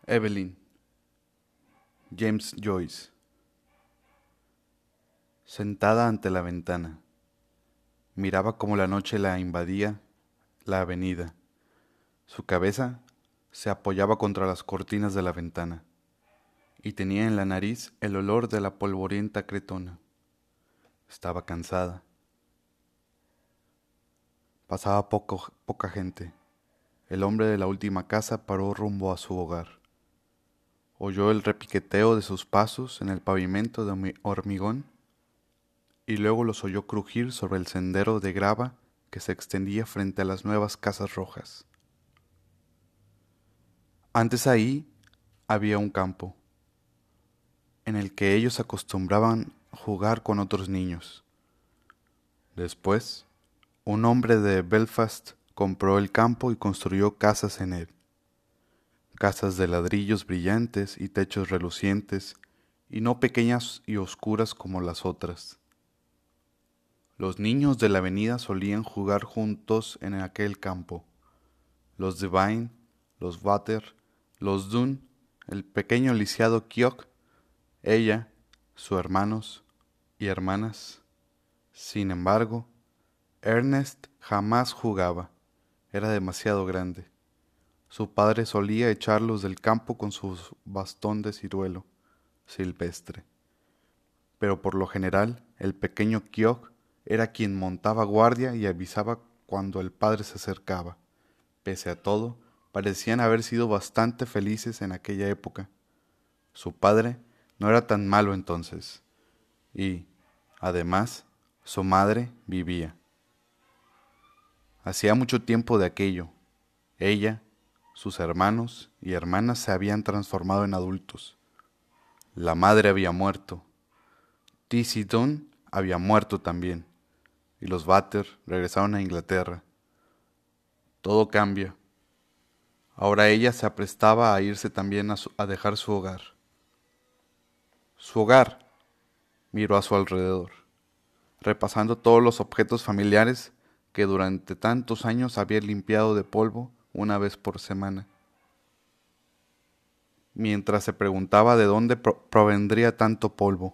Evelyn, James Joyce, sentada ante la ventana, miraba cómo la noche la invadía la avenida. Su cabeza se apoyaba contra las cortinas de la ventana y tenía en la nariz el olor de la polvorienta cretona. Estaba cansada. Pasaba poca gente. El hombre de la última casa paró rumbo a su hogar. Oyó el repiqueteo de sus pasos en el pavimento de hormigón y luego los oyó crujir sobre el sendero de grava que se extendía frente a las nuevas casas rojas. Antes ahí había un campo, en el que ellos acostumbraban jugar con otros niños. Después, un hombre de Belfast compró el campo y construyó casas en él. Casas de ladrillos brillantes y techos relucientes, y no pequeñas y oscuras como las otras. Los niños de la avenida solían jugar juntos en aquel campo. Los Devine, los Butter, los Dunn, el pequeño lisiado Keogh, ella, sus hermanos y hermanas. Sin embargo, Ernest jamás jugaba. Era demasiado grande. Su padre solía echarlos del campo con su bastón de ciruelo silvestre. Pero por lo general, el pequeño Keogh era quien montaba guardia y avisaba cuando el padre se acercaba. Pese a todo, parecían haber sido bastante felices en aquella época. Su padre no era tan malo entonces, y, además, su madre vivía. Hacía mucho tiempo de aquello. Ella, sus hermanos y hermanas se habían transformado en adultos. La madre había muerto. Tizzie Dunn había muerto también, y los Butter regresaron a Inglaterra. Todo cambia. Ahora ella se aprestaba a irse también a dejar su hogar. Su hogar. Miró a su alrededor, repasando todos los objetos familiares que durante tantos años había limpiado de polvo una vez por semana, mientras se preguntaba de dónde provendría tanto polvo.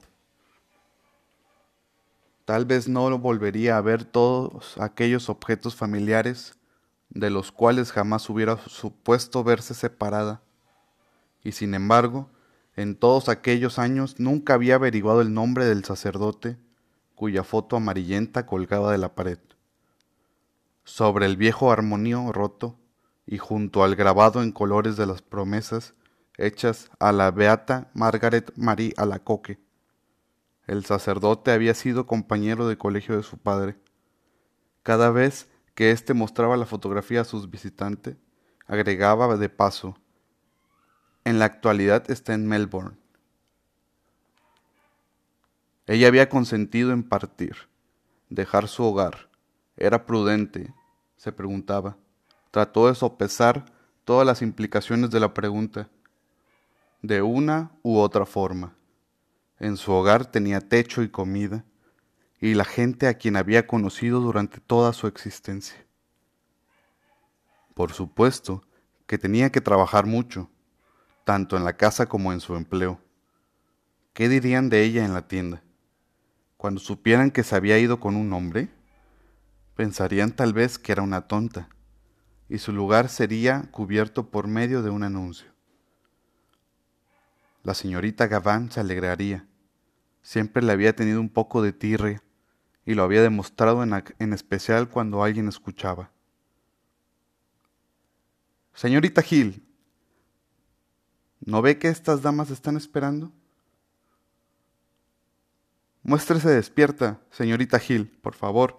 Tal vez no volvería a ver todos aquellos objetos familiares de los cuales jamás hubiera supuesto verse separada, y sin embargo, en todos aquellos años nunca había averiguado el nombre del sacerdote cuya foto amarillenta colgaba de la pared. Sobre el viejo armonio roto y junto al grabado en colores de las promesas hechas a la beata Margaret Marie Alacoque, el sacerdote había sido compañero de colegio de su padre. Cada vez que éste mostraba la fotografía a sus visitantes, agregaba de paso: en la actualidad está en Melbourne. Ella había consentido en partir, dejar su hogar. Era prudente, se preguntaba. Trató de sopesar todas las implicaciones de la pregunta. De una u otra forma. En su hogar tenía techo y comida, y la gente a quien había conocido durante toda su existencia. Por supuesto que tenía que trabajar mucho, tanto en la casa como en su empleo. ¿Qué dirían de ella en la tienda? Cuando supieran que se había ido con un hombre, pensarían tal vez que era una tonta, y su lugar sería cubierto por medio de un anuncio. La señorita Gavin se alegraría. Siempre le había tenido un poco de tirria, y lo había demostrado en especial cuando alguien escuchaba. Señorita Hill, ¿no ve que estas damas están esperando? Muéstrese despierta, señorita Hill, por favor.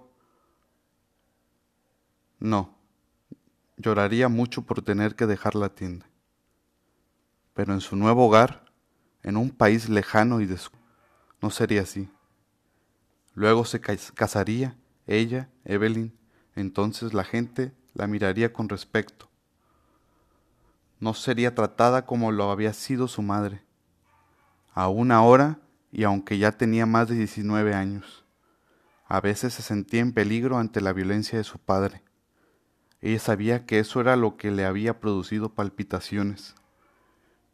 No, lloraría mucho por tener que dejar la tienda. Pero en su nuevo hogar, en un país lejano y no sería así. Luego se casaría, ella, Evelyn, entonces la gente la miraría con respeto. No sería tratada como lo había sido su madre. Aún ahora, y aunque ya tenía más de 19 años, a veces se sentía en peligro ante la violencia de su padre. Ella sabía que eso era lo que le había producido palpitaciones.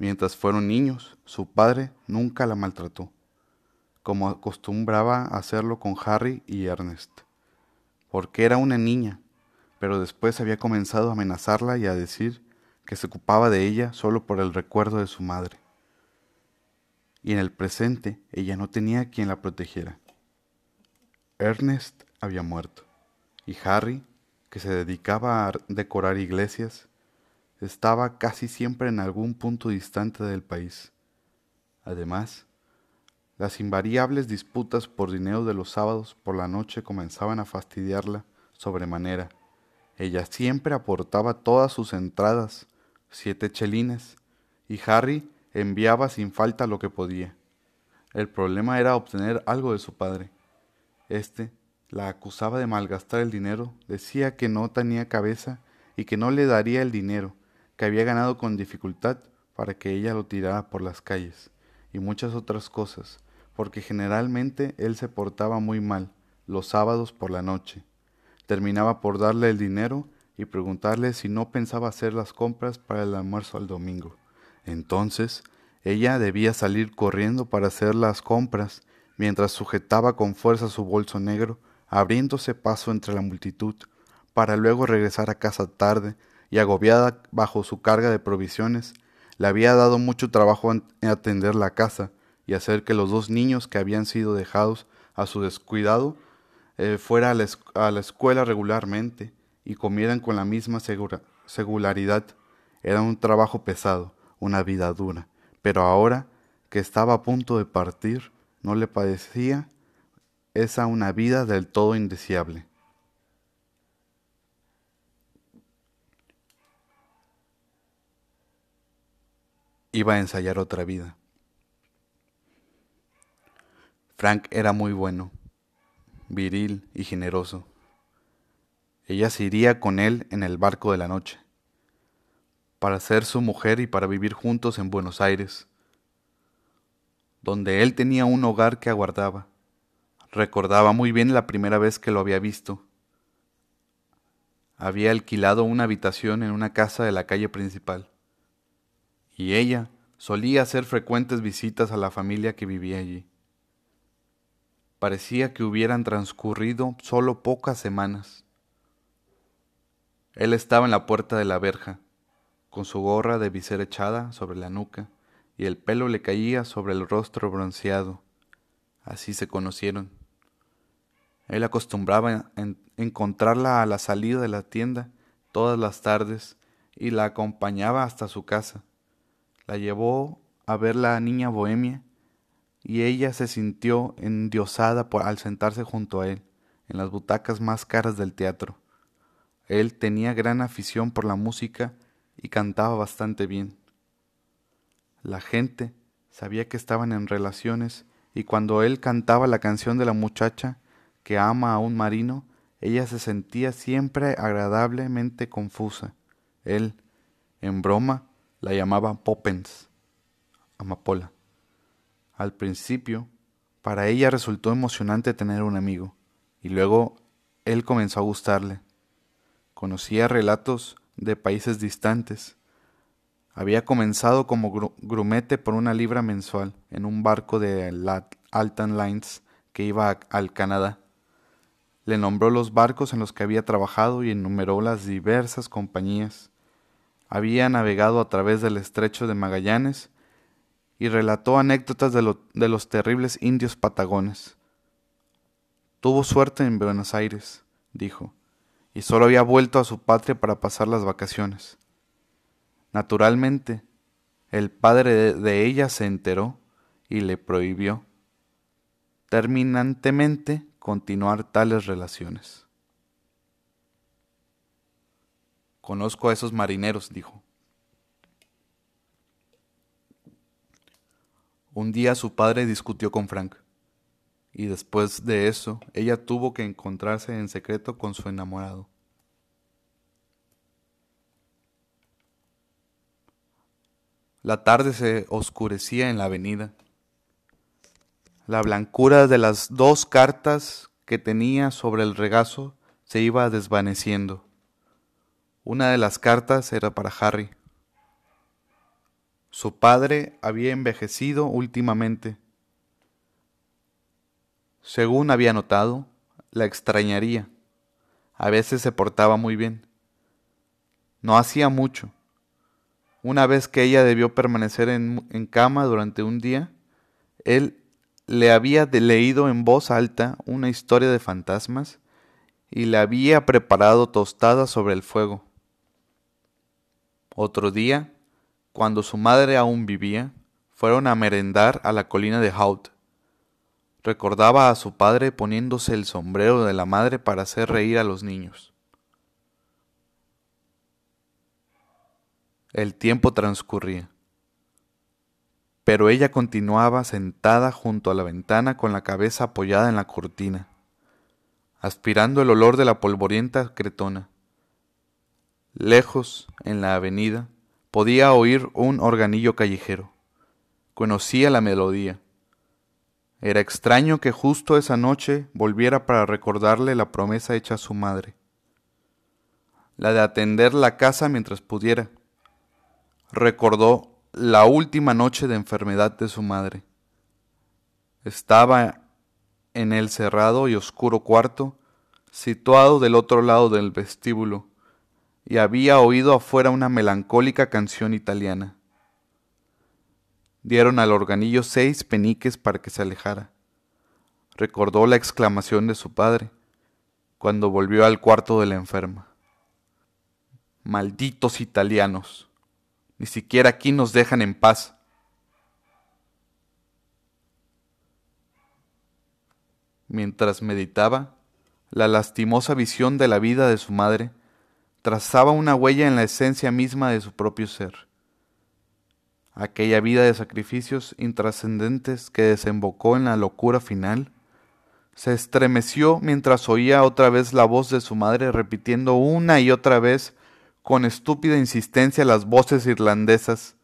Mientras fueron niños, su padre nunca la maltrató, como acostumbraba a hacerlo con Harry y Ernest, porque era una niña, pero después había comenzado a amenazarla y a decir que se ocupaba de ella solo por el recuerdo de su madre. Y en el presente ella no tenía quien la protegiera. Ernest había muerto, y Harry, que se dedicaba a decorar iglesias, estaba casi siempre en algún punto distante del país. Además, las invariables disputas por dinero de los sábados por la noche comenzaban a fastidiarla sobremanera. Ella siempre aportaba todas sus entradas, 7 chelines, y Harry enviaba sin falta lo que podía. El problema era obtener algo de su padre. Este la acusaba de malgastar el dinero, decía que no tenía cabeza y que no le daría el dinero, que había ganado con dificultad para que ella lo tirara por las calles, y muchas otras cosas, porque generalmente él se portaba muy mal, los sábados por la noche. Terminaba por darle el dinero y preguntarle si no pensaba hacer las compras para el almuerzo al domingo. Entonces, ella debía salir corriendo para hacer las compras, mientras sujetaba con fuerza su bolso negro, abriéndose paso entre la multitud, para luego regresar a casa tarde y agobiada bajo su carga de provisiones. Le había dado mucho trabajo en atender la casa y hacer que los 2 niños que habían sido dejados a su descuidado fuera a la escuela regularmente y comieran con la misma regularidad. Era un trabajo pesado, una vida dura, pero ahora que estaba a punto de partir, no le parecía esa una vida del todo indeseable. Iba a ensayar otra vida. Frank era muy bueno, viril y generoso. Ella se iría con él en el barco de la noche, para ser su mujer y para vivir juntos en Buenos Aires, donde él tenía un hogar que aguardaba. Recordaba muy bien la primera vez que lo había visto. Había alquilado una habitación en una casa de la calle principal, y ella solía hacer frecuentes visitas a la familia que vivía allí. Parecía que hubieran transcurrido solo pocas semanas. Él estaba en la puerta de la verja, con su gorra de visera echada sobre la nuca, y el pelo le caía sobre el rostro bronceado. Así se conocieron. Él acostumbraba a encontrarla a la salida de la tienda todas las tardes y la acompañaba hasta su casa. La llevó a ver la niña bohemia y ella se sintió endiosada al sentarse junto a él, en las butacas más caras del teatro. Él tenía gran afición por la música y cantaba bastante bien. La gente sabía que estaban en relaciones y cuando él cantaba la canción de la muchacha que ama a un marino, ella se sentía siempre agradablemente confusa. Él, en broma, la llamaba Poppens, amapola. Al principio, para ella resultó emocionante tener un amigo, y luego él comenzó a gustarle. Conocía relatos de países distantes. Había comenzado como grumete por 1 libra mensual en un barco de la Altan Lines que iba al Canadá. Le nombró los barcos en los que había trabajado y enumeró las diversas compañías. Había navegado a través del estrecho de Magallanes y relató anécdotas de los terribles indios patagones. Tuvo suerte en Buenos Aires, dijo, y solo había vuelto a su patria para pasar las vacaciones. Naturalmente, el padre de ella se enteró y le prohibió terminantemente continuar tales relaciones. Conozco a esos marineros, dijo. Un día su padre discutió con Frank, y después de eso ella tuvo que encontrarse en secreto con su enamorado. La tarde se oscurecía en la avenida. La blancura de las 2 cartas que tenía sobre el regazo se iba desvaneciendo. Una de las cartas era para Harry. Su padre había envejecido últimamente. Según había notado, la extrañaría. A veces se portaba muy bien. No hacía mucho. Una vez que ella debió permanecer en cama durante un día, él le había leído en voz alta una historia de fantasmas y le había preparado tostadas sobre el fuego. Otro día, cuando su madre aún vivía, fueron a merendar a la colina de Haut. Recordaba a su padre poniéndose el sombrero de la madre para hacer reír a los niños. El tiempo transcurría, pero ella continuaba sentada junto a la ventana con la cabeza apoyada en la cortina, aspirando el olor de la polvorienta cretona. Lejos, en la avenida, podía oír un organillo callejero. Conocía la melodía. Era extraño que justo esa noche volviera para recordarle la promesa hecha a su madre, la de atender la casa mientras pudiera. Recordó la última noche de enfermedad de su madre. Estaba en el cerrado y oscuro cuarto, situado del otro lado del vestíbulo, y había oído afuera una melancólica canción italiana. Dieron al organillo 6 peniques para que se alejara. Recordó la exclamación de su padre cuando volvió al cuarto de la enferma. Malditos italianos, ni siquiera aquí nos dejan en paz. Mientras meditaba, la lastimosa visión de la vida de su madre trazaba una huella en la esencia misma de su propio ser. Aquella vida de sacrificios intrascendentes que desembocó en la locura final, se estremeció mientras oía otra vez la voz de su madre repitiendo una y otra vez con estúpida insistencia las voces irlandesas.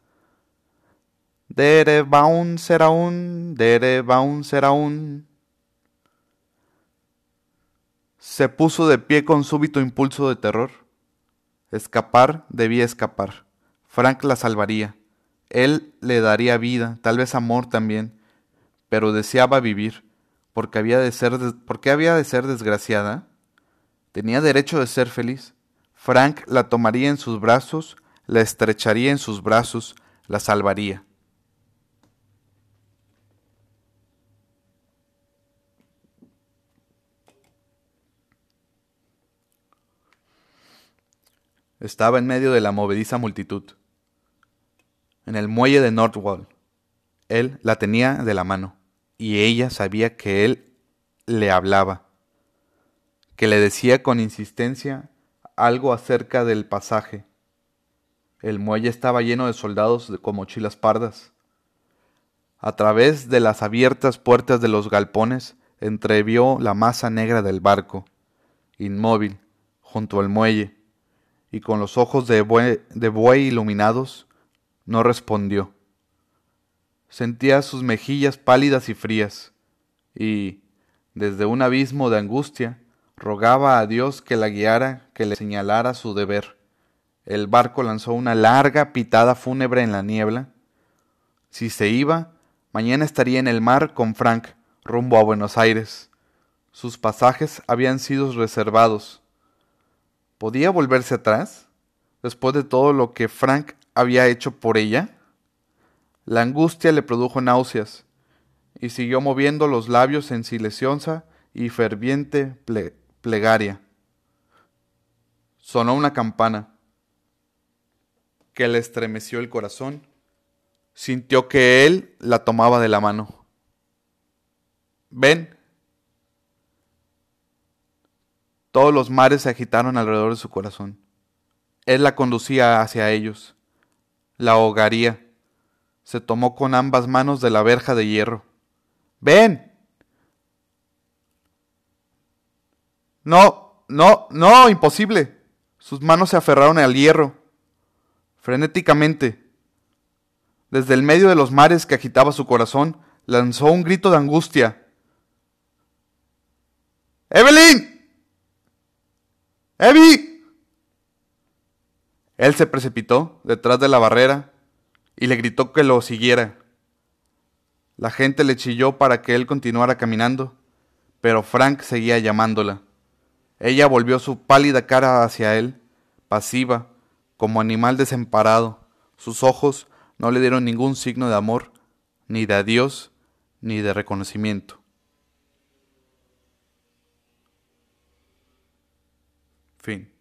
Dere baun seraun, dere baun seraun. Se puso de pie con súbito impulso de terror. Escapar debía escapar. Frank la salvaría. Él le daría vida, tal vez amor también, pero deseaba vivir. ¿Por qué había de ser desgraciada? Tenía derecho de ser feliz. Frank la tomaría en sus brazos, la estrecharía en sus brazos, la salvaría. Estaba en medio de la movediza multitud, en el muelle de Northwall. Él la tenía de la mano, y ella sabía que él le hablaba, que le decía con insistencia algo acerca del pasaje. El muelle estaba lleno de soldados con mochilas pardas. A través de las abiertas puertas de los galpones entrevió la masa negra del barco, inmóvil, junto al muelle, y con los ojos de buey iluminados, no respondió. Sentía sus mejillas pálidas y frías, y, desde un abismo de angustia, rogaba a Dios que la guiara, que le señalara su deber. El barco lanzó una larga pitada fúnebre en la niebla. Si se iba, mañana estaría en el mar con Frank, rumbo a Buenos Aires. Sus pasajes habían sido reservados. ¿Podía volverse atrás, después de todo lo que Frank había hecho por ella? La angustia le produjo náuseas, y siguió moviendo los labios en silenciosa y ferviente plegaria. Sonó una campana que le estremeció el corazón. Sintió que él la tomaba de la mano. «Ven». Todos los mares se agitaron alrededor de su corazón. Él la conducía hacia ellos. La ahogaría. Se tomó con ambas manos de la verja de hierro. «¡Ven!». «No, no, no, imposible». Sus manos se aferraron al hierro. Frenéticamente, desde el medio de los mares que agitaba su corazón, lanzó un grito de angustia. «¡Evelyn! ¡Evie!». Él se precipitó detrás de la barrera y le gritó que lo siguiera. La gente le chilló para que él continuara caminando, pero Frank seguía llamándola. Ella volvió su pálida cara hacia él, pasiva, como animal desamparado. Sus ojos no le dieron ningún signo de amor, ni de adiós, ni de reconocimiento. Fin.